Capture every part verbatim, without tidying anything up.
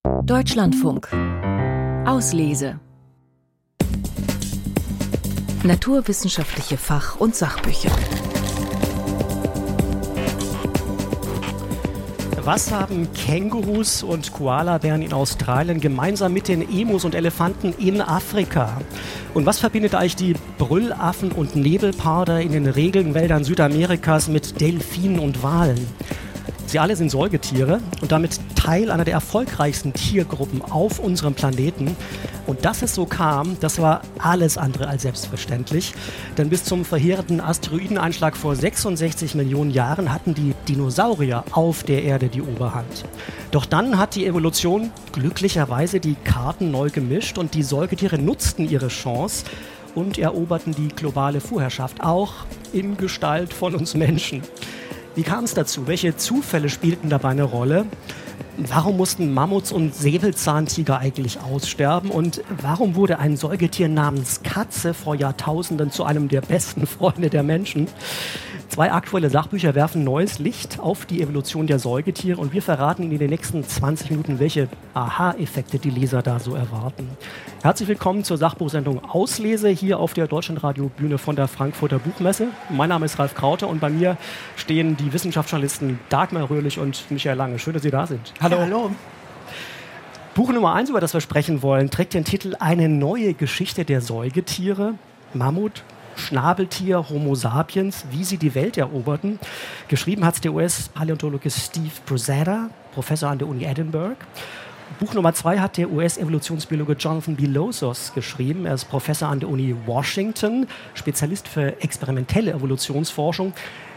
Deutschlandfunk. Auslese. Naturwissenschaftliche Fach- und Sachbücher. Was haben Kängurus und Koalabären in Australien gemeinsam mit den Emus und Elefanten in Afrika? Und was verbindet eigentlich die Brüllaffen und Nebelparder in den Regenwäldern Südamerikas mit Delfinen und Walen? Sie alle sind Säugetiere und damit Teil einer der erfolgreichsten Tiergruppen auf unserem Planeten. Und dass es so kam, das war alles andere als selbstverständlich. Denn bis zum verheerenden Asteroideneinschlag vor sechsundsechzig Millionen Jahren hatten die Dinosaurier auf der Erde die Oberhand. Doch dann hat die Evolution glücklicherweise die Karten neu gemischt und die Säugetiere nutzten ihre Chance und eroberten die globale Vorherrschaft, auch in Gestalt von uns Menschen. Wie kam es dazu? Welche Zufälle spielten dabei eine Rolle? Warum mussten Mammuts und Säbelzahntiger eigentlich aussterben? Und warum wurde ein Säugetier namens Katze vor Jahrtausenden zu einem der besten Freunde der Menschen? Zwei aktuelle Sachbücher werfen neues Licht auf die Evolution der Säugetiere und wir verraten Ihnen in den nächsten zwanzig Minuten, welche Aha-Effekte die Leser da so erwarten. Herzlich willkommen zur Sachbuchsendung Auslese hier auf der Deutschlandradio-Bühne von der Frankfurter Buchmesse. Mein Name ist Ralf Krauter und bei mir stehen die Wissenschaftsjournalisten Dagmar Röhrlich und Michael Lange. Schön, dass Sie da sind. Hallo. Ja, hallo. Buch Nummer eins, über das wir sprechen wollen, trägt den Titel Eine neue Geschichte der Säugetiere. Mammut, Schnabeltier, Homo sapiens, wie sie die Welt eroberten. Geschrieben hat es der U S-Paläontologe Steve Bruzada, Professor an der Uni Edinburgh. Buch Nummer zwei hat der U S-Evolutionsbiologe Jonathan B. Losos geschrieben. Er ist Professor an der Uni Washington, Spezialist für experimentelle Evolutionsforschung.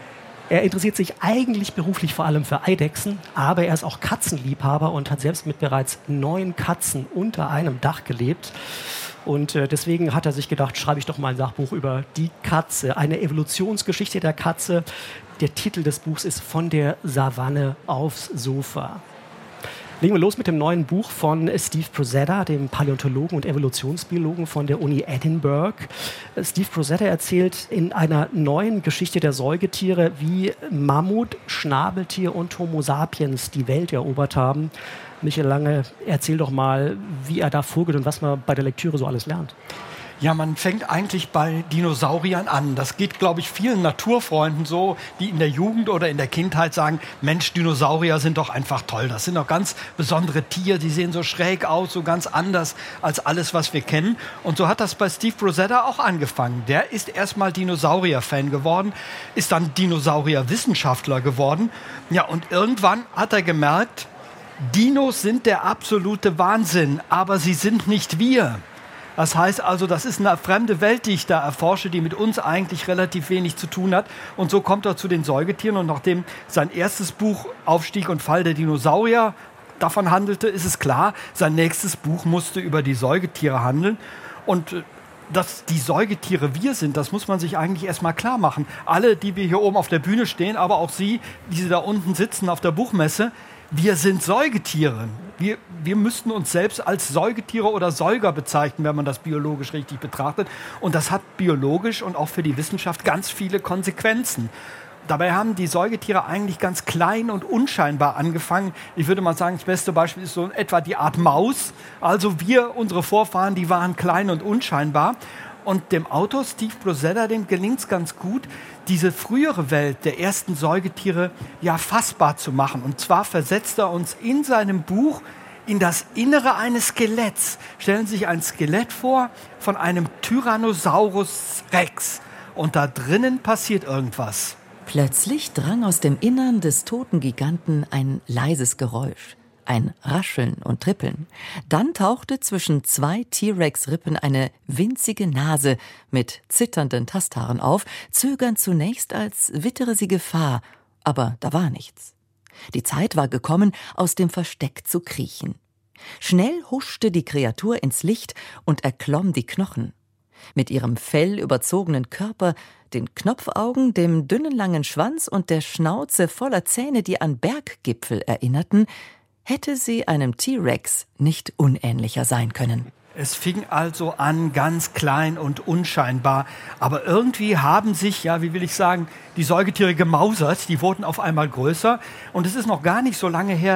Er interessiert sich eigentlich beruflich vor allem für Eidechsen, aber er ist auch Katzenliebhaber und hat selbst mit bereits neun Katzen unter einem Dach gelebt. Und äh, deswegen hat er sich gedacht, schreibe ich doch mal ein Sachbuch über die Katze, eine Evolutionsgeschichte der Katze. Der Titel des Buchs ist Von der Savanne aufs Sofa. Legen wir los mit dem neuen Buch von Steve Bruzada, dem Paläontologen und Evolutionsbiologen von der Uni Edinburgh. Steve Bruzada erzählt in einer neuen Geschichte der Säugetiere, wie Mammut, Schnabeltier und Homo sapiens die Welt erobert haben. Michael Lange, erzähl doch mal, wie er da vorgeht und was man bei der Lektüre so alles lernt. Ja, man fängt eigentlich bei Dinosauriern an. Das geht, glaube ich, vielen Naturfreunden so, die in der Jugend oder in der Kindheit sagen, Mensch, Dinosaurier sind doch einfach toll. Das sind doch ganz besondere Tiere, die sehen so schräg aus, so ganz anders als alles, was wir kennen. Und so hat das bei Steve Bruzada auch angefangen. Der ist erstmal Dinosaurier-Fan geworden, ist dann Dinosaurier-Wissenschaftler geworden. Ja, und irgendwann hat er gemerkt, Dinos sind der absolute Wahnsinn, aber sie sind nicht wir. Das heißt also, das ist eine fremde Welt, die ich da erforsche, die mit uns eigentlich relativ wenig zu tun hat. Und so kommt er zu den Säugetieren. Und nachdem sein erstes Buch Aufstieg und Fall der Dinosaurier davon handelte, ist es klar, sein nächstes Buch musste über die Säugetiere handeln. Und dass die Säugetiere wir sind, das muss man sich eigentlich erstmal klar machen. Alle, die wir hier oben auf der Bühne stehen, aber auch Sie, die Sie da unten sitzen auf der Buchmesse, wir sind Säugetiere. Wir, wir müssten uns selbst als Säugetiere oder Säuger bezeichnen, wenn man das biologisch richtig betrachtet. Und das hat biologisch und auch für die Wissenschaft ganz viele Konsequenzen. Dabei haben die Säugetiere eigentlich ganz klein und unscheinbar angefangen. Ich würde mal sagen, das beste Beispiel ist so etwa die Art Maus. Also wir, unsere Vorfahren, die waren klein und unscheinbar. Und dem Autor Steve Bruzada, dem gelingt es ganz gut, diese frühere Welt der ersten Säugetiere ja fassbar zu machen. Und zwar versetzt er uns in seinem Buch in das Innere eines Skeletts. Stellen Sie sich ein Skelett vor von einem Tyrannosaurus Rex. Und da drinnen passiert irgendwas. Plötzlich drang aus dem Innern des toten Giganten ein leises Geräusch. Ein Rascheln und Trippeln. Dann tauchte zwischen zwei T-Rex-Rippen eine winzige Nase mit zitternden Tasthaaren auf, zögernd zunächst, als wittere sie Gefahr, aber da war nichts. Die Zeit war gekommen, aus dem Versteck zu kriechen. Schnell huschte die Kreatur ins Licht und erklomm die Knochen. Mit ihrem fellüberzogenen Körper, den Knopfaugen, dem dünnen langen Schwanz und der Schnauze voller Zähne, die an Berggipfel erinnerten, hätte sie einem T-Rex nicht unähnlicher sein können. Es fing also an ganz klein und unscheinbar, aber irgendwie haben sich, ja, wie will ich sagen, die Säugetiere gemausert, die wurden auf einmal größer und es ist noch gar nicht so lange her, dass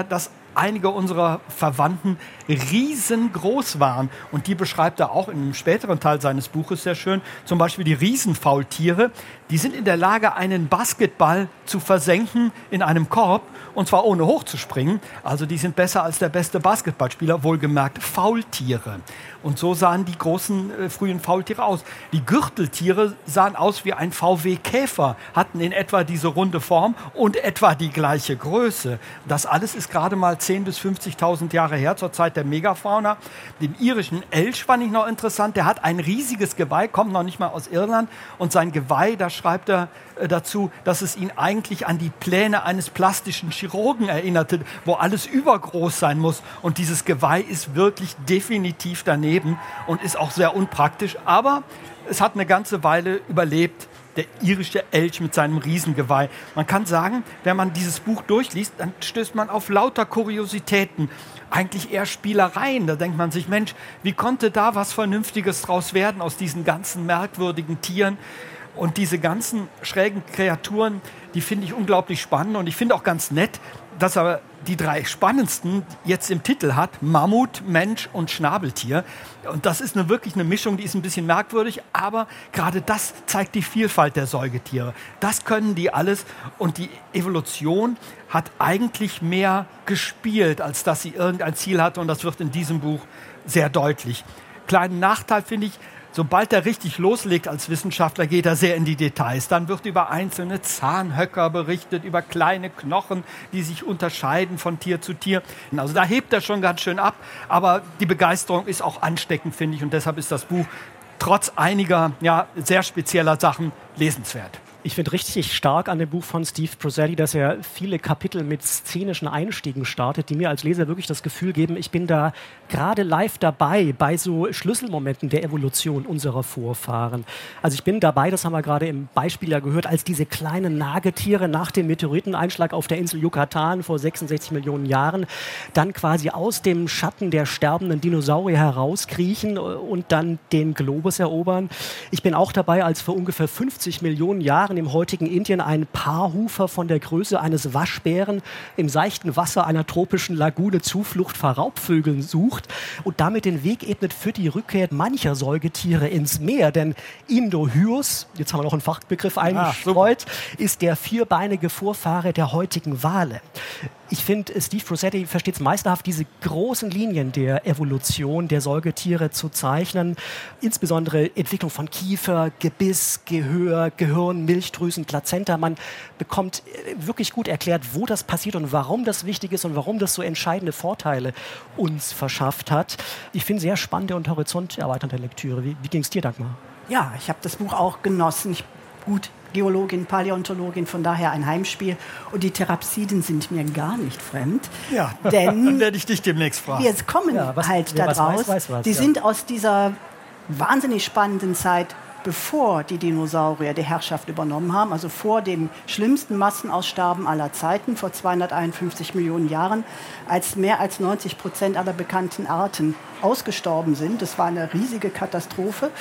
einige unserer Verwandten riesengroß waren. Und die beschreibt er auch in einem späteren Teil seines Buches sehr schön. Zum Beispiel die Riesenfaultiere. Die sind in der Lage, einen Basketball zu versenken in einem Korb. Und zwar ohne hochzuspringen. Also die sind besser als der beste Basketballspieler, wohlgemerkt Faultiere. Und so sahen die großen äh, frühen Faultiere aus. Die Gürteltiere sahen aus wie ein V W-Käfer, hatten in etwa diese runde Form und etwa die gleiche Größe. Das alles ist gerade mal zehntausend bis fünfzigtausend Jahre her, zur Zeit der Megafauna. Den irischen Elch fand ich noch interessant. Der hat ein riesiges Geweih, kommt noch nicht mal aus Irland. Und sein Geweih, da schreibt er äh, dazu, dass es ihn eigentlich an die Pläne eines plastischen Chirurgen erinnerte, wo alles übergroß sein muss. Und dieses Geweih ist wirklich definitiv daneben und ist auch sehr unpraktisch. Aber es hat eine ganze Weile überlebt, der irische Elch mit seinem Riesengeweih. Man kann sagen, wenn man dieses Buch durchliest, dann stößt man auf lauter Kuriositäten, eigentlich eher Spielereien. Da denkt man sich, Mensch, wie konnte da was Vernünftiges draus werden aus diesen ganzen merkwürdigen Tieren? Und diese ganzen schrägen Kreaturen, die finde ich unglaublich spannend. Und ich finde auch ganz nett, dass er die drei spannendsten jetzt im Titel hat: Mammut, Mensch und Schnabeltier. Und das ist eine, wirklich eine Mischung, die ist ein bisschen merkwürdig, aber gerade das zeigt die Vielfalt der Säugetiere. Das können die alles und die Evolution hat eigentlich mehr gespielt, als dass sie irgendein Ziel hatte, und das wird in diesem Buch sehr deutlich. Kleinen Nachteil finde ich: Sobald er richtig loslegt als Wissenschaftler, geht er sehr in die Details. Dann wird über einzelne Zahnhöcker berichtet, über kleine Knochen, die sich unterscheiden von Tier zu Tier. Also da hebt er schon ganz schön ab, aber die Begeisterung ist auch ansteckend, finde ich. Und deshalb ist das Buch trotz einiger ja, sehr spezieller Sachen lesenswert. Ich finde richtig stark an dem Buch von Steve Prussetti, dass er viele Kapitel mit szenischen Einstiegen startet, die mir als Leser wirklich das Gefühl geben, ich bin da gerade live dabei bei so Schlüsselmomenten der Evolution unserer Vorfahren. Also ich bin dabei, das haben wir gerade im Beispiel ja gehört, als diese kleinen Nagetiere nach dem Meteoriteneinschlag auf der Insel Yucatan vor sechsundsechzig Millionen Jahren dann quasi aus dem Schatten der sterbenden Dinosaurier herauskriechen und dann den Globus erobern. Ich bin auch dabei, als vor ungefähr fünfzig Millionen Jahren im heutigen Indien ein Paarhufer von der Größe eines Waschbären im seichten Wasser einer tropischen Lagune Zuflucht vor Raubvögeln sucht und damit den Weg ebnet für die Rückkehr mancher Säugetiere ins Meer. Denn Indohyus, jetzt haben wir noch einen Fachbegriff eingestreut, ah, ist der vierbeinige Vorfahre der heutigen Wale. Ich finde, Steve Prussetti versteht es meisterhaft, diese großen Linien der Evolution der Säugetiere zu zeichnen. Insbesondere Entwicklung von Kiefer, Gebiss, Gehör, Gehirn, Milchdrüsen, Plazenta. Man bekommt wirklich gut erklärt, wo das passiert und warum das wichtig ist und warum das so entscheidende Vorteile uns verschafft hat. Ich finde sehr spannende und horizonterweiternde Lektüre. Wie, wie ging es dir, Dagmar? Ja, ich habe das Buch auch genossen. Ich, gut, Geologin, Paläontologin, von daher ein Heimspiel. Und die Therapsiden sind mir gar nicht fremd. Ja, denn dann werde ich dich demnächst fragen. Wir kommen ja, was, halt da draus. Weiß, weiß was, die ja. sind aus dieser wahnsinnig spannenden Zeit, bevor die Dinosaurier die Herrschaft übernommen haben, also vor dem schlimmsten Massenaussterben aller Zeiten, vor zweihunderteinundfünfzig Millionen Jahren, als mehr als neunzig Prozent aller bekannten Arten ausgestorben sind. Das war eine riesige Katastrophe.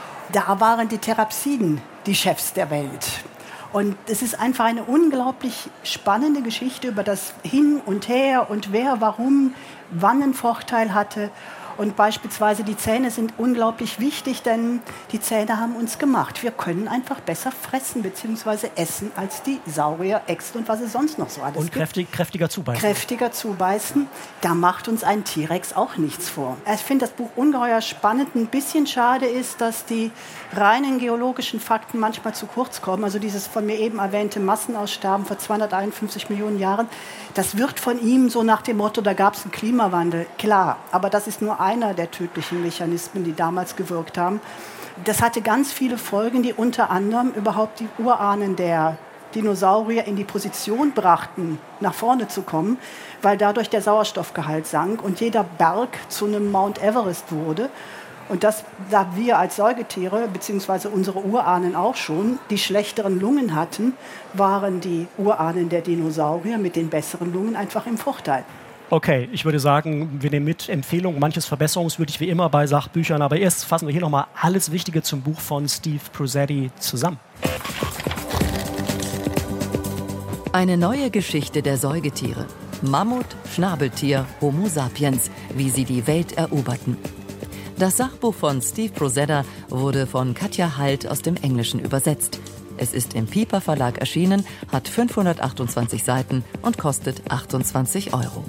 Da waren die Therapsiden die Chefs der Welt. Und es ist einfach eine unglaublich spannende Geschichte über das Hin und Her und wer, warum, wann einen Vorteil hatte. Und beispielsweise die Zähne sind unglaublich wichtig, denn die Zähne haben uns gemacht. Wir können einfach besser fressen bzw. essen als die Saurier, Echsen und was es sonst noch so alles und gibt. kräftig, kräftiger zubeißen. Kräftiger zubeißen. Da macht uns ein T-Rex auch nichts vor. Ich finde das Buch ungeheuer spannend. Ein bisschen schade ist, dass die reinen geologischen Fakten manchmal zu kurz kommen. Also dieses von mir eben erwähnte Massenaussterben vor zweihunderteinundfünfzig Millionen Jahren, das wird von ihm so nach dem Motto, da gab es einen Klimawandel. Klar, aber das ist nur einer der tödlichen Mechanismen, die damals gewirkt haben. Das hatte ganz viele Folgen, die unter anderem überhaupt die Urahnen der Dinosaurier in die Position brachten, nach vorne zu kommen, weil dadurch der Sauerstoffgehalt sank und jeder Berg zu einem Mount Everest wurde. Und das, da wir als Säugetiere, beziehungsweise unsere Urahnen auch schon, die schlechteren Lungen hatten, waren die Urahnen der Dinosaurier mit den besseren Lungen einfach im Vorteil. Okay, ich würde sagen, wir nehmen mit Empfehlungen, manches verbesserungswürdig wie immer bei Sachbüchern, aber erst fassen wir hier nochmal alles Wichtige zum Buch von Steve Prussetti zusammen. Eine neue Geschichte der Säugetiere. Mammut, Schnabeltier, Homo sapiens, wie sie die Welt eroberten. Das Sachbuch von Steve Prozedda wurde von Katja Halt aus dem Englischen übersetzt. Es ist im Piper Verlag erschienen, hat fünfhundertachtundzwanzig Seiten und kostet achtundzwanzig Euro.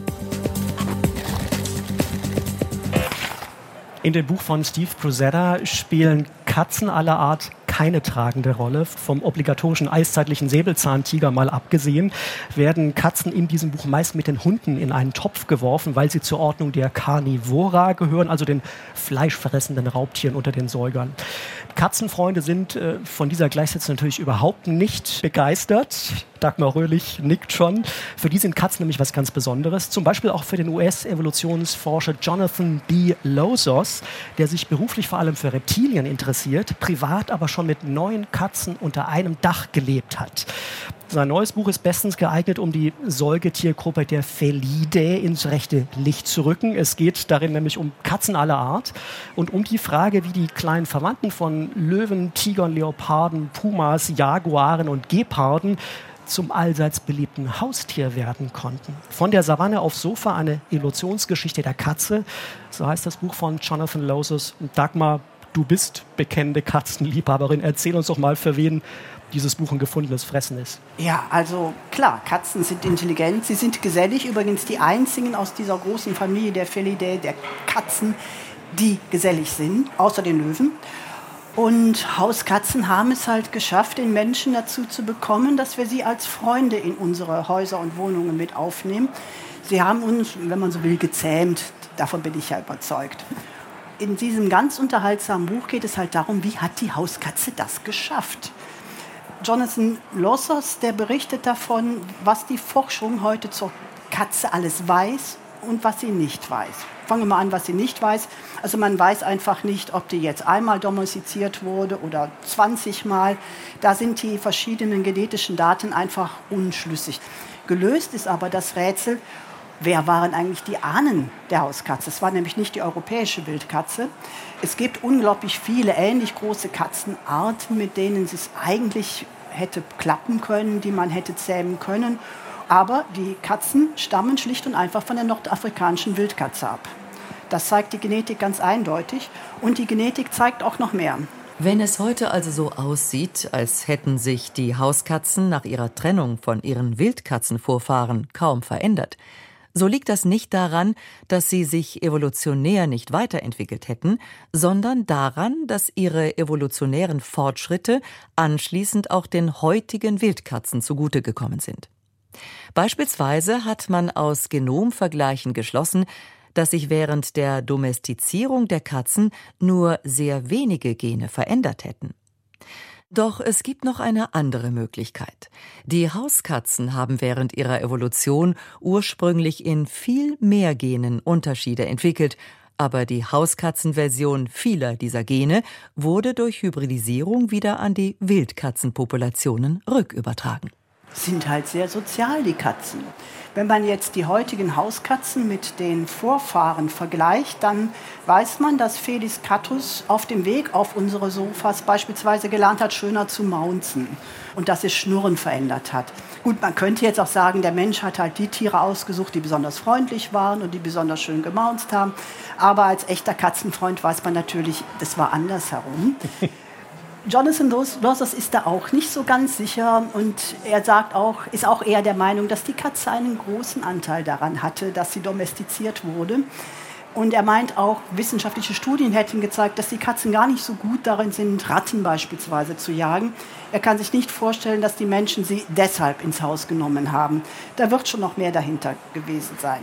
In dem Buch von Steve Prozedda spielen Katzen aller Art keine tragende Rolle. Vom obligatorischen eiszeitlichen Säbelzahntiger mal abgesehen, werden Katzen in diesem Buch meist mit den Hunden in einen Topf geworfen, weil sie zur Ordnung der Carnivora gehören, also den fleischfressenden Raubtieren unter den Säugern. Katzenfreunde sind äh, von dieser Gleichsetzung natürlich überhaupt nicht begeistert. Dagmar Röhlich nickt schon. Für die sind Katzen nämlich was ganz Besonderes. Zum Beispiel auch für den U S-Evolutionsforscher Jonathan B. Lozos, der sich beruflich vor allem für Reptilien interessiert, privat aber schon mit neun Katzen unter einem Dach gelebt hat. Sein neues Buch ist bestens geeignet, um die Säugetiergruppe der Felidae ins rechte Licht zu rücken. Es geht darin nämlich um Katzen aller Art und um die Frage, wie die kleinen Verwandten von Löwen, Tigern, Leoparden, Pumas, Jaguaren und Geparden zum allseits beliebten Haustier werden konnten. Von der Savanne aufs Sofa, eine Evolutionsgeschichte der Katze, so heißt das Buch von Jonathan Lozos. Und Dagmar, du bist bekennende Katzenliebhaberin. Erzähl uns doch mal, für wen dieses Buch ein gefundenes Fressen ist. Ja, also klar, Katzen sind intelligent, sie sind gesellig. Übrigens die einzigen aus dieser großen Familie der Felidae, der Katzen, die gesellig sind, außer den Löwen. Und Hauskatzen haben es halt geschafft, den Menschen dazu zu bekommen, dass wir sie als Freunde in unsere Häuser und Wohnungen mit aufnehmen. Sie haben uns, wenn man so will, gezähmt. Davon bin ich ja überzeugt. In diesem ganz unterhaltsamen Buch geht es halt darum, wie hat die Hauskatze das geschafft? Jonathan Lozos, der berichtet davon, was die Forschung heute zur Katze alles weiß und was sie nicht weiß. Fangen wir mal an, was sie nicht weiß. Also man weiß einfach nicht, ob die jetzt einmal domestiziert wurde oder zwanzig Mal. Da sind die verschiedenen genetischen Daten einfach unschlüssig. Gelöst ist aber das Rätsel, wer waren eigentlich die Ahnen der Hauskatze? Es war nämlich nicht die europäische Wildkatze. Es gibt unglaublich viele ähnlich große Katzenarten, mit denen es eigentlich hätte klappen können, die man hätte zähmen können. Aber die Katzen stammen schlicht und einfach von der nordafrikanischen Wildkatze ab. Das zeigt die Genetik ganz eindeutig. Und die Genetik zeigt auch noch mehr. Wenn es heute also so aussieht, als hätten sich die Hauskatzen nach ihrer Trennung von ihren Wildkatzenvorfahren kaum verändert, so liegt das nicht daran, dass sie sich evolutionär nicht weiterentwickelt hätten, sondern daran, dass ihre evolutionären Fortschritte anschließend auch den heutigen Wildkatzen zugute gekommen sind. Beispielsweise hat man aus Genomvergleichen geschlossen, dass sich während der Domestizierung der Katzen nur sehr wenige Gene verändert hätten. Doch es gibt noch eine andere Möglichkeit. Die Hauskatzen haben während ihrer Evolution ursprünglich in viel mehr Genen Unterschiede entwickelt, aber die Hauskatzenversion vieler dieser Gene wurde durch Hybridisierung wieder an die Wildkatzenpopulationen rückübertragen. Sind halt sehr sozial, die Katzen. Wenn man jetzt die heutigen Hauskatzen mit den Vorfahren vergleicht, dann weiß man, dass Felis catus auf dem Weg auf unsere Sofas beispielsweise gelernt hat, schöner zu maunzen und dass es Schnurren verändert hat. Gut, man könnte jetzt auch sagen, der Mensch hat halt die Tiere ausgesucht, die besonders freundlich waren und die besonders schön gemaunzt haben. Aber als echter Katzenfreund weiß man natürlich, das war andersherum. Jonathan Lozos ist da auch nicht so ganz sicher und er sagt auch, ist auch eher der Meinung, dass die Katze einen großen Anteil daran hatte, dass sie domestiziert wurde. Und er meint auch, wissenschaftliche Studien hätten gezeigt, dass die Katzen gar nicht so gut darin sind, Ratten beispielsweise zu jagen. Er kann sich nicht vorstellen, dass die Menschen sie deshalb ins Haus genommen haben. Da wird schon noch mehr dahinter gewesen sein.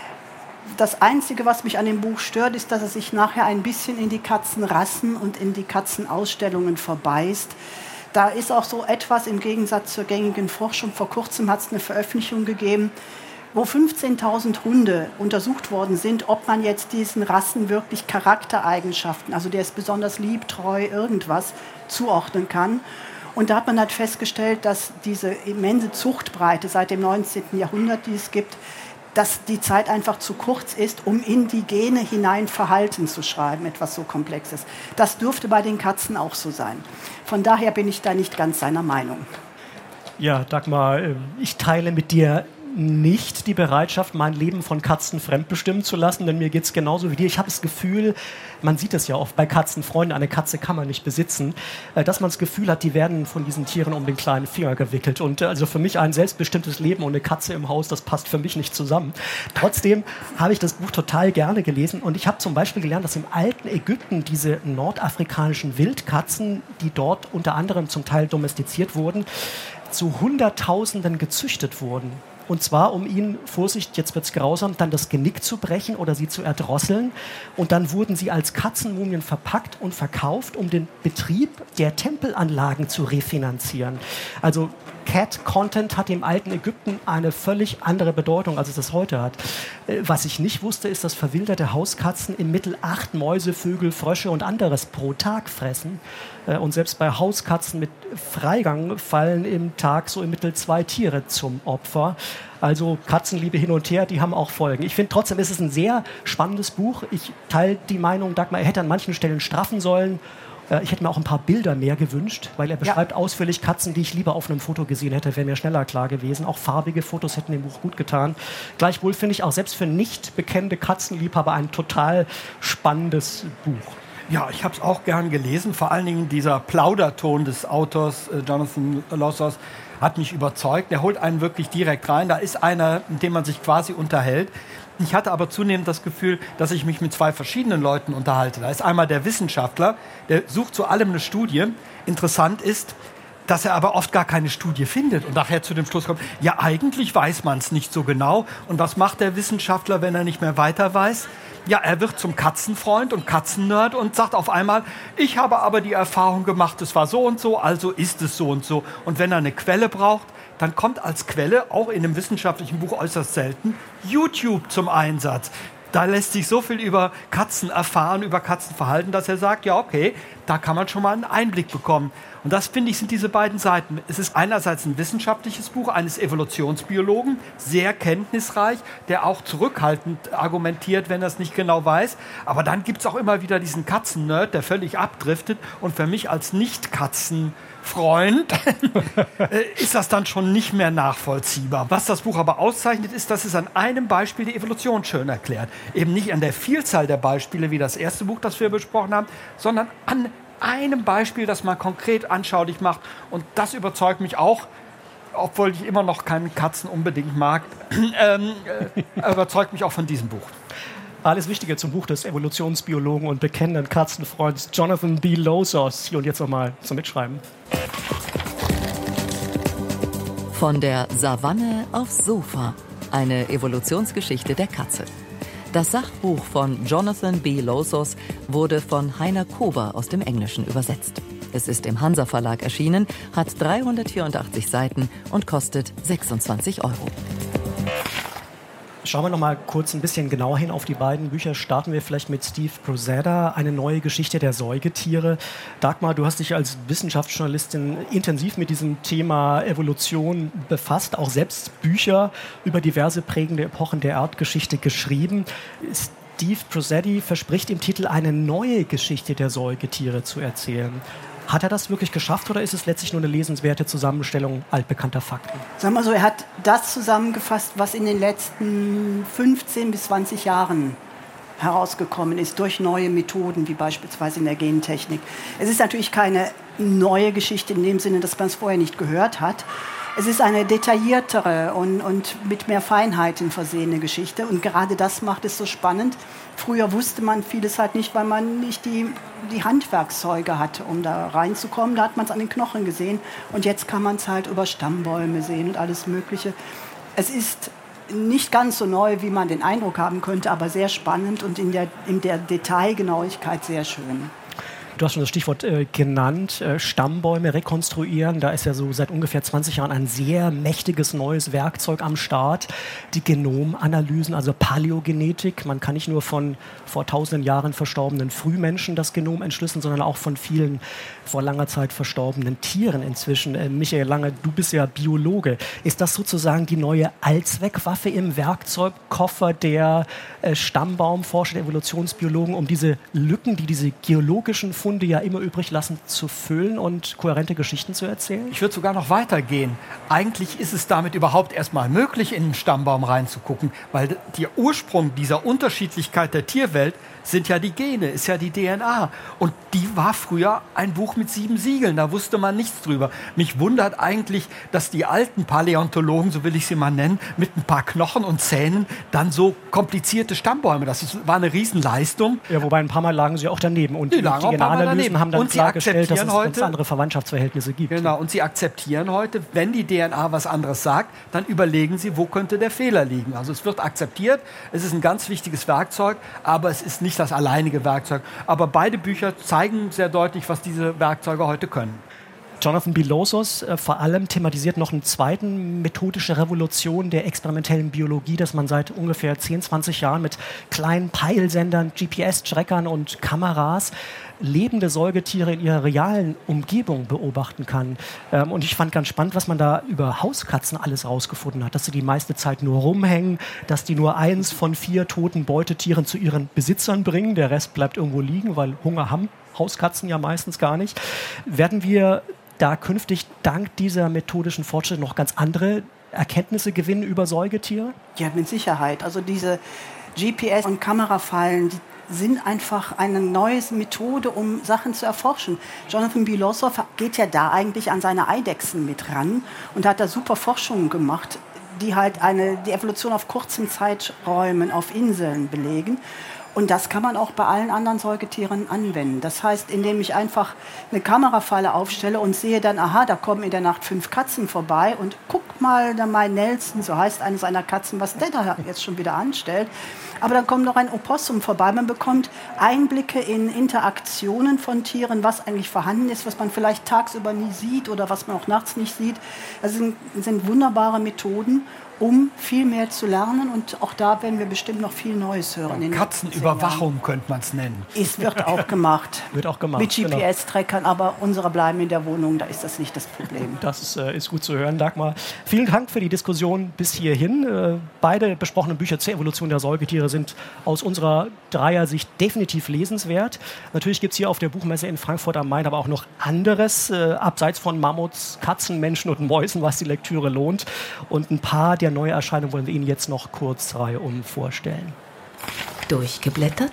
Das Einzige, was mich an dem Buch stört, ist, dass es sich nachher ein bisschen in die Katzenrassen und in die Katzenausstellungen verbeißt. Da ist auch so etwas im Gegensatz zur gängigen Forschung. Vor kurzem hat es eine Veröffentlichung gegeben, wo fünfzehntausend Hunde untersucht worden sind, ob man jetzt diesen Rassen wirklich Charaktereigenschaften, also der ist besonders lieb, treu, irgendwas, zuordnen kann. Und da hat man halt festgestellt, dass diese immense Zuchtbreite seit dem neunzehnten Jahrhundert, die es gibt, dass die Zeit einfach zu kurz ist, um in die Gene hinein Verhalten zu schreiben, etwas so Komplexes. Das dürfte bei den Katzen auch so sein. Von daher bin ich da nicht ganz seiner Meinung. Ja, Dagmar, ich teile mit dir nicht die Bereitschaft, mein Leben von Katzen fremdbestimmen zu lassen, denn mir geht es genauso wie dir. Ich habe das Gefühl, man sieht es ja oft bei Katzenfreunden, eine Katze kann man nicht besitzen, dass man das Gefühl hat, die werden von diesen Tieren um den kleinen Finger gewickelt. Und also für mich ein selbstbestimmtes Leben und eine Katze im Haus, das passt für mich nicht zusammen. Trotzdem habe ich das Buch total gerne gelesen und ich habe zum Beispiel gelernt, dass im alten Ägypten diese nordafrikanischen Wildkatzen, die dort unter anderem zum Teil domestiziert wurden, zu Hunderttausenden gezüchtet wurden. Und zwar, um ihnen, Vorsicht, jetzt wird es grausam, dann das Genick zu brechen oder sie zu erdrosseln. Und dann wurden sie als Katzenmumien verpackt und verkauft, um den Betrieb der Tempelanlagen zu refinanzieren. Also Cat-Content hat im alten Ägypten eine völlig andere Bedeutung, als es das heute hat. Was ich nicht wusste, ist, dass verwilderte Hauskatzen im Mittel acht Mäuse, Vögel, Frösche und anderes pro Tag fressen. Und selbst bei Hauskatzen mit Freigang fallen im Tag so im Mittel zwei Tiere zum Opfer. Also Katzenliebe hin und her, die haben auch Folgen. Ich finde trotzdem, ist es ein sehr spannendes Buch. Ich teile die Meinung, Dagmar, er hätte an manchen Stellen straffen sollen. Ich hätte mir auch ein paar Bilder mehr gewünscht, weil er beschreibt ja ausführlich Katzen, die ich lieber auf einem Foto gesehen hätte, wäre mir schneller klar gewesen. Auch farbige Fotos hätten dem Buch gut getan. Gleichwohl finde ich auch selbst für nicht bekannte Katzenliebhaber ein total spannendes Buch. Ja, ich habe es auch gern gelesen. Vor allen Dingen dieser Plauderton des Autors äh, Jonathan Lossos hat mich überzeugt. Der holt einen wirklich direkt rein. Da ist einer, mit dem man sich quasi unterhält. Ich hatte aber zunehmend das Gefühl, dass ich mich mit zwei verschiedenen Leuten unterhalte. Da ist einmal der Wissenschaftler, der sucht zu allem eine Studie. Interessant ist, dass er aber oft gar keine Studie findet und nachher zu dem Schluss kommt, ja, eigentlich weiß man es nicht so genau. Und was macht der Wissenschaftler, wenn er nicht mehr weiter weiß? Ja, er wird zum Katzenfreund und Katzennerd und sagt auf einmal, ich habe aber die Erfahrung gemacht, es war so und so, also ist es so und so. Und wenn er eine Quelle braucht, dann kommt als Quelle, auch in einem wissenschaftlichen Buch äußerst selten, YouTube zum Einsatz. Da lässt sich so viel über Katzen erfahren, über Katzenverhalten, dass er sagt, ja okay, da kann man schon mal einen Einblick bekommen. Und das, finde ich, sind diese beiden Seiten. Es ist einerseits ein wissenschaftliches Buch eines Evolutionsbiologen, sehr kenntnisreich, der auch zurückhaltend argumentiert, wenn er es nicht genau weiß. Aber dann gibt es auch immer wieder diesen Katzennerd, der völlig abdriftet. Und für mich als Nicht-Katzenfreund ist das dann schon nicht mehr nachvollziehbar. Was das Buch aber auszeichnet, ist, dass es an einem Beispiel die Evolution schön erklärt. Eben nicht an der Vielzahl der Beispiele, wie das erste Buch, das wir besprochen haben, sondern an einem Beispiel, das man konkret anschaulich macht. Und das überzeugt mich auch, obwohl ich immer noch keine Katzen unbedingt mag, ähm, äh, überzeugt mich auch von diesem Buch. Alles Wichtige zum Buch des Evolutionsbiologen und bekennenden Katzenfreunds Jonathan B. Lossos. Hier und jetzt nochmal zum Mitschreiben. Von der Savanne aufs Sofa. Eine Evolutionsgeschichte der Katze. Das Sachbuch von Jonathan B. Lossos wurde von Heiner Kober aus dem Englischen übersetzt. Es ist im Hansa Verlag erschienen, hat dreihundertvierundachtzig Seiten und kostet sechsundzwanzig Euro. Schauen wir noch mal kurz ein bisschen genauer hin auf die beiden Bücher. Starten wir vielleicht mit Steve Prusada, eine neue Geschichte der Säugetiere. Dagmar, du hast dich als Wissenschaftsjournalistin intensiv mit diesem Thema Evolution befasst, auch selbst Bücher über diverse prägende Epochen der Erdgeschichte geschrieben. Steve Prusada verspricht im Titel, eine neue Geschichte der Säugetiere zu erzählen. Hat er das wirklich geschafft oder ist es letztlich nur eine lesenswerte Zusammenstellung altbekannter Fakten? Sagen wir so, er hat das zusammengefasst, was in den letzten fünfzehn bis zwanzig Jahren herausgekommen ist, durch neue Methoden, wie beispielsweise in der Gentechnik. Es ist natürlich keine neue Geschichte in dem Sinne, dass man es vorher nicht gehört hat. Es ist eine detailliertere und, und mit mehr Feinheiten versehene Geschichte. Und gerade das macht es so spannend. Früher wusste man vieles halt nicht, weil man nicht die, die Handwerkszeuge hatte, um da reinzukommen. Da hat man es an den Knochen gesehen. Und jetzt kann man es halt über Stammbäume sehen und alles Mögliche. Es ist nicht ganz so neu, wie man den Eindruck haben könnte, aber sehr spannend und in der, in der Detailgenauigkeit sehr schön. Du hast schon das Stichwort äh, genannt, äh, Stammbäume rekonstruieren. Da ist ja so seit ungefähr zwanzig Jahren ein sehr mächtiges neues Werkzeug am Start. Die Genomanalysen, also Paläogenetik. Man kann nicht nur von vor tausenden Jahren verstorbenen Frühmenschen das Genom entschlüsseln, sondern auch von vielen vor langer Zeit verstorbenen Tieren inzwischen. Äh, Michael Lange, du bist ja Biologe. Ist das sozusagen die neue Allzweckwaffe im Werkzeugkoffer der äh, Stammbaumforscher, der Evolutionsbiologen, um diese Lücken, die diese geologischen Unfunde ja immer übrig lassen, zu füllen und kohärente Geschichten zu erzählen? Ich würde sogar noch weitergehen. Eigentlich ist es damit überhaupt erstmal möglich, in den Stammbaum reinzugucken, weil der Ursprung dieser Unterschiedlichkeit der Tierwelt sind ja die Gene, ist ja die D N A. Und die war früher ein Buch mit sieben Siegeln, da wusste man nichts drüber. Mich wundert eigentlich, dass die alten Paläontologen, so will ich sie mal nennen, mit ein paar Knochen und Zähnen dann so komplizierte Stammbäume, das ist, war eine Riesenleistung. Ja, wobei ein paar Mal lagen sie auch daneben und die, die, die Genanalysen haben dann und klargestellt, dass es heute, ganz andere Verwandtschaftsverhältnisse gibt. Genau, und sie akzeptieren heute, wenn die D N A was anderes sagt, dann überlegen sie, wo könnte der Fehler liegen. Also es wird akzeptiert, es ist ein ganz wichtiges Werkzeug, aber es ist nicht das alleinige Werkzeug. Aber beide Bücher zeigen sehr deutlich, was diese Werkzeuge heute können. Jonathan Bilosos äh, vor allem thematisiert noch eine zweite methodische Revolution der experimentellen Biologie, dass man seit ungefähr zehn, zwanzig Jahren mit kleinen Peilsendern, G P S-Trackern und Kameras lebende Säugetiere in ihrer realen Umgebung beobachten kann. Ähm, und ich fand ganz spannend, was man da über Hauskatzen alles rausgefunden hat, dass sie die meiste Zeit nur rumhängen, dass die nur eins von vier toten Beutetieren zu ihren Besitzern bringen, der Rest bleibt irgendwo liegen, weil Hunger haben Hauskatzen ja meistens gar nicht. Werden wir da künftig dank dieser methodischen Fortschritte noch ganz andere Erkenntnisse gewinnen über Säugetiere? Ja, mit Sicherheit. Also diese G P S- und Kamerafallen, die sind einfach eine neue Methode, um Sachen zu erforschen. Jonathan Bilosos geht ja da eigentlich an seine Eidechsen mit ran und hat da super Forschungen gemacht, die halt eine, die Evolution auf kurzen Zeiträumen auf Inseln belegen. Und das kann man auch bei allen anderen Säugetieren anwenden. Das heißt, indem ich einfach eine Kamerafalle aufstelle und sehe dann, aha, da kommen in der Nacht fünf Katzen vorbei und guck mal, da mein Nelson, so heißt eine seiner Katzen, was der da jetzt schon wieder anstellt. Aber dann kommt noch ein Opossum vorbei. Man bekommt Einblicke in Interaktionen von Tieren, was eigentlich vorhanden ist, was man vielleicht tagsüber nie sieht oder was man auch nachts nicht sieht. Das sind, sind wunderbare Methoden, um viel mehr zu lernen. Und auch da werden wir bestimmt noch viel Neues hören. Ja, Katzenüberwachung könnte man es nennen. Es wird auch gemacht. Wird auch gemacht. Mit G P S-Trackern, genau. Aber unsere bleiben in der Wohnung, da ist das nicht das Problem. Das ist, äh, ist gut zu hören, Dagmar. Vielen Dank für die Diskussion bis hierhin. Äh, beide besprochenen Bücher zur Evolution der Säugetiere sind aus unserer Dreiersicht definitiv lesenswert. Natürlich gibt es hier auf der Buchmesse in Frankfurt am Main aber auch noch anderes, äh, abseits von Mammuts, Katzen, Menschen und Mäusen, was die Lektüre lohnt. Und ein paar der neue Erscheinungen wollen wir Ihnen jetzt noch kurz reihum vorstellen. Durchgeblättert?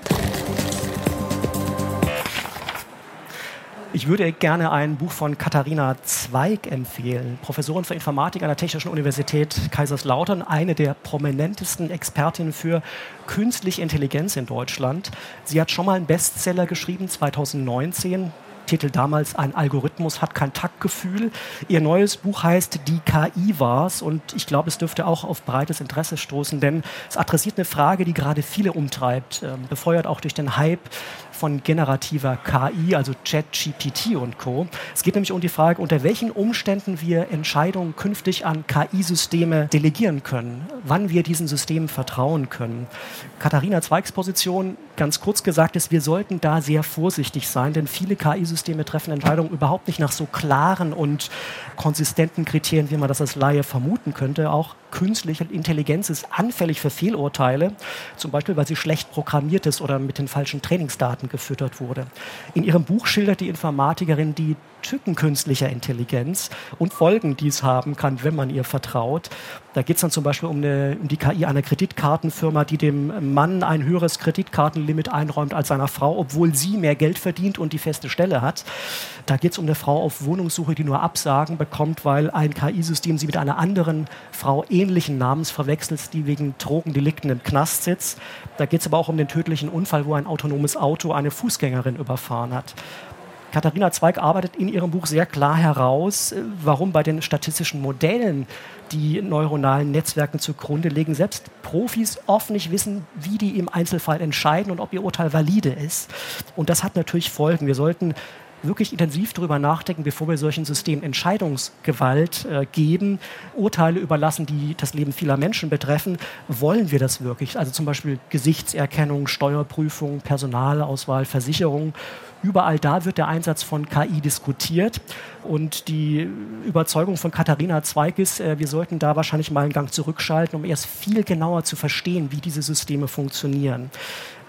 Ich würde gerne ein Buch von Katharina Zweig empfehlen, Professorin für Informatik an der Technischen Universität Kaiserslautern, eine der prominentesten Expertinnen für künstliche Intelligenz in Deutschland. Sie hat schon mal einen Bestseller geschrieben, zweitausendneunzehn. Titel damals Ein Algorithmus hat kein Taktgefühl. Ihr neues Buch heißt Die K I war's und ich glaube, es dürfte auch auf breites Interesse stoßen, denn es adressiert eine Frage, die gerade viele umtreibt, äh, befeuert auch durch den Hype von generativer K I, also ChatGPT und Co. Es geht nämlich um die Frage, unter welchen Umständen wir Entscheidungen künftig an K I-Systeme delegieren können, wann wir diesen Systemen vertrauen können. Katharina Zweigs Position, ganz kurz gesagt, ist, wir sollten da sehr vorsichtig sein, denn viele K I-Systeme treffen Entscheidungen überhaupt nicht nach so klaren und konsistenten Kriterien, wie man das als Laie vermuten könnte. Auch künstliche Intelligenz ist anfällig für Fehlurteile, zum Beispiel, weil sie schlecht programmiert ist oder mit den falschen Trainingsdaten gefüttert wurde. In ihrem Buch schildert die Informatikerin die Tücken künstlicher Intelligenz und Folgen, die es haben kann, wenn man ihr vertraut. Da geht es dann zum Beispiel um, eine, um die K I einer Kreditkartenfirma, die dem Mann ein höheres Kreditkartenlimit einräumt als seiner Frau, obwohl sie mehr Geld verdient und die feste Stelle hat. Da geht es um eine Frau auf Wohnungssuche, die nur Absagen bekommt, weil ein K I-System sie mit einer anderen Frau ähnlichen Namens verwechselt, die wegen Drogendelikten im Knast sitzt. Da geht es aber auch um den tödlichen Unfall, wo ein autonomes Auto eine Fußgängerin überfahren hat. Katharina Zweig arbeitet in ihrem Buch sehr klar heraus, warum bei den statistischen Modellen, die neuronalen Netzwerken zugrunde legen, selbst Profis oft nicht wissen, wie die im Einzelfall entscheiden und ob ihr Urteil valide ist. Und das hat natürlich Folgen. Wir sollten wirklich intensiv darüber nachdenken, bevor wir solchen Systemen Entscheidungsgewalt äh, geben, Urteile überlassen, die das Leben vieler Menschen betreffen. Wollen wir das wirklich? Also zum Beispiel Gesichtserkennung, Steuerprüfung, Personalauswahl, Versicherung. Überall da wird der Einsatz von K I diskutiert. Und die Überzeugung von Katharina Zweig ist, äh, wir sollten da wahrscheinlich mal einen Gang zurückschalten, um erst viel genauer zu verstehen, wie diese Systeme funktionieren.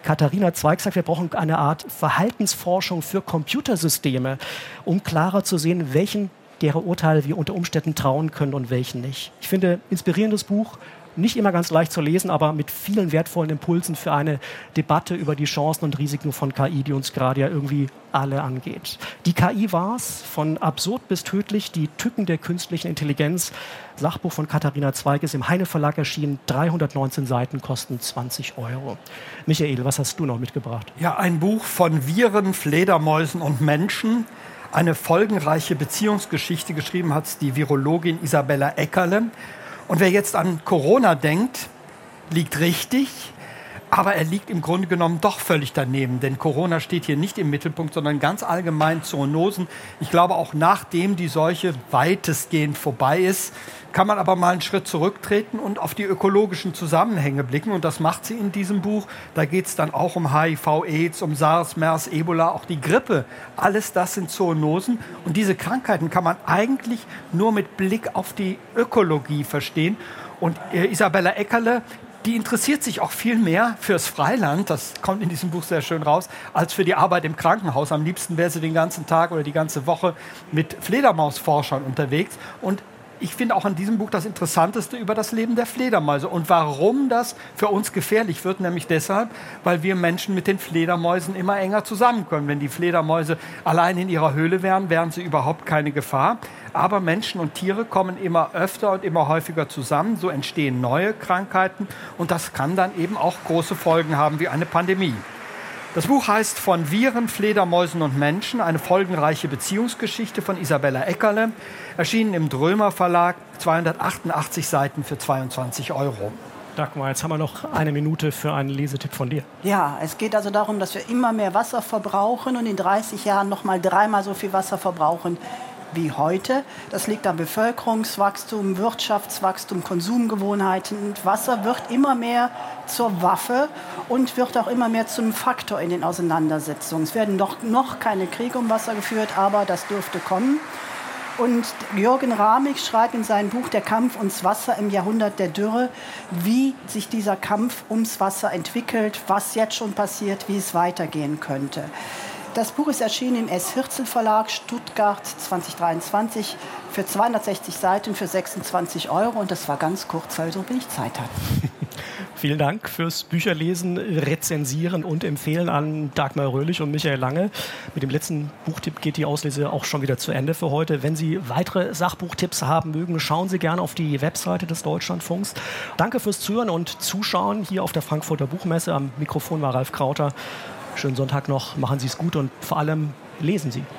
Katharina Zweig sagt, wir brauchen eine Art Verhaltensforschung für Computersysteme, um klarer zu sehen, welchen deren Urteile wir unter Umständen trauen können und welchen nicht. Ich finde, inspirierendes Buch, nicht immer ganz leicht zu lesen, aber mit vielen wertvollen Impulsen für eine Debatte über die Chancen und Risiken von K I, die uns gerade ja irgendwie alle angeht. Die K I war's, von absurd bis tödlich, die Tücken der künstlichen Intelligenz. Sachbuch von Katharina Zweig ist im Heine Verlag erschienen, dreihundertneunzehn Seiten, kosten zwanzig Euro. Michael, was hast du noch mitgebracht? Ja, ein Buch von Viren, Fledermäusen und Menschen. Eine folgenreiche Beziehungsgeschichte, geschrieben hat die Virologin Isabella Eckerle. Und wer jetzt an Corona denkt, liegt richtig, aber er liegt im Grunde genommen doch völlig daneben. Denn Corona steht hier nicht im Mittelpunkt, sondern ganz allgemein Zoonosen. Ich glaube, auch nachdem die Seuche weitestgehend vorbei ist, kann man aber mal einen Schritt zurücktreten und auf die ökologischen Zusammenhänge blicken. Und das macht sie in diesem Buch. Da geht es dann auch um H I V Aids, um SARS, MERS, Ebola, auch die Grippe. Alles das sind Zoonosen. Und diese Krankheiten kann man eigentlich nur mit Blick auf die Ökologie verstehen. Und äh, Isabella Eckerle, die interessiert sich auch viel mehr fürs Freiland, das kommt in diesem Buch sehr schön raus, als für die Arbeit im Krankenhaus. Am liebsten wäre sie den ganzen Tag oder die ganze Woche mit Fledermausforschern unterwegs. Und ich finde auch an diesem Buch das Interessanteste über das Leben der Fledermäuse und warum das für uns gefährlich wird, nämlich deshalb, weil wir Menschen mit den Fledermäusen immer enger zusammenkommen. Wenn die Fledermäuse allein in ihrer Höhle wären, wären sie überhaupt keine Gefahr. Aber Menschen und Tiere kommen immer öfter und immer häufiger zusammen. So entstehen neue Krankheiten und das kann dann eben auch große Folgen haben wie eine Pandemie. Das Buch heißt Von Viren, Fledermäusen und Menschen, eine folgenreiche Beziehungsgeschichte von Isabella Eckerle, erschienen im Drömer Verlag, zweihundertachtundachtzig Seiten für zweiundzwanzig Euro. Dagmar, jetzt haben wir noch eine Minute für einen Lesetipp von dir. Ja, es geht also darum, dass wir immer mehr Wasser verbrauchen und in dreißig Jahren noch mal dreimal so viel Wasser verbrauchen wie heute. Das liegt am Bevölkerungswachstum, Wirtschaftswachstum, Konsumgewohnheiten. Und Wasser wird immer mehr zur Waffe und wird auch immer mehr zum Faktor in den Auseinandersetzungen. Es werden noch, noch keine Kriege um Wasser geführt, aber das dürfte kommen. Und Jürgen Ramig schreibt in seinem Buch Der Kampf ums Wasser im Jahrhundert der Dürre, wie sich dieser Kampf ums Wasser entwickelt, was jetzt schon passiert, wie es weitergehen könnte. Das Buch ist erschienen im S. Hirzel Verlag, Stuttgart zwanzig dreiundzwanzig, für zweihundertsechzig Seiten für sechsundzwanzig Euro. Und das war ganz kurz, weil so wenig Zeit hatte. Vielen Dank fürs Bücherlesen, Rezensieren und Empfehlen an Dagmar Röhlich und Michael Lange. Mit dem letzten Buchtipp geht die Auslese auch schon wieder zu Ende für heute. Wenn Sie weitere Sachbuchtipps haben mögen, schauen Sie gerne auf die Webseite des Deutschlandfunks. Danke fürs Zuhören und Zuschauen hier auf der Frankfurter Buchmesse. Am Mikrofon war Ralf Krauter. Schönen Sonntag noch, machen Sie es gut und vor allem lesen Sie.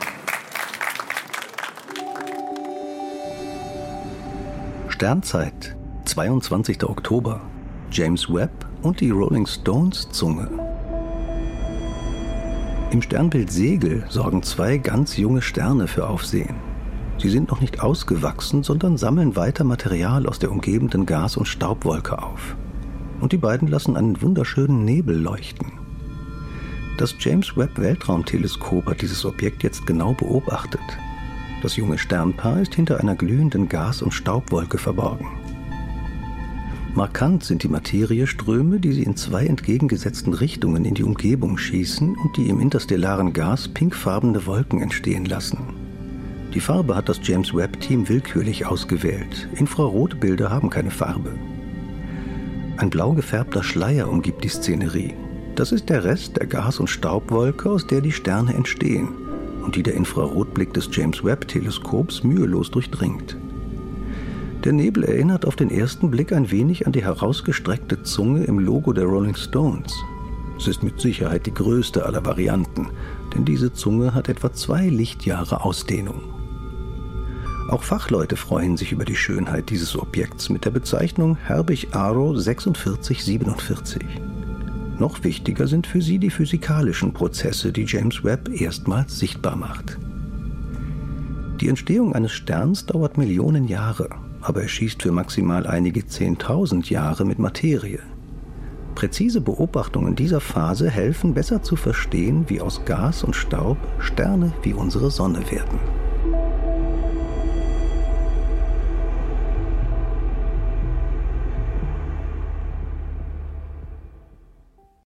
Sternzeit, zweiundzwanzigster Oktober. James Webb und die Rolling Stones Zunge. Im Sternbild Segel sorgen zwei ganz junge Sterne für Aufsehen. Sie sind noch nicht ausgewachsen, sondern sammeln weiter Material aus der umgebenden Gas- und Staubwolke auf. Und die beiden lassen einen wunderschönen Nebel leuchten. Das James Webb Weltraumteleskop hat dieses Objekt jetzt genau beobachtet. Das junge Sternpaar ist hinter einer glühenden Gas- und Staubwolke verborgen. Markant sind die Materieströme, die sie in zwei entgegengesetzten Richtungen in die Umgebung schießen und die im interstellaren Gas pinkfarbene Wolken entstehen lassen. Die Farbe hat das James Webb-Team willkürlich ausgewählt. Infrarotbilder haben keine Farbe. Ein blau gefärbter Schleier umgibt die Szenerie. Das ist der Rest der Gas- und Staubwolke, aus der die Sterne entstehen und die der Infrarotblick des James Webb-Teleskops mühelos durchdringt. Der Nebel erinnert auf den ersten Blick ein wenig an die herausgestreckte Zunge im Logo der Rolling Stones. Es ist mit Sicherheit die größte aller Varianten, denn diese Zunge hat etwa zwei Lichtjahre Ausdehnung. Auch Fachleute freuen sich über die Schönheit dieses Objekts mit der Bezeichnung Herbig-Aro sechsundvierzig siebenundvierzig. Noch wichtiger sind für sie die physikalischen Prozesse, die James Webb erstmals sichtbar macht. Die Entstehung eines Sterns dauert Millionen Jahre, aber er schießt für maximal einige Zehntausend Jahre mit Materie. Präzise Beobachtungen dieser Phase helfen besser zu verstehen, wie aus Gas und Staub Sterne wie unsere Sonne werden.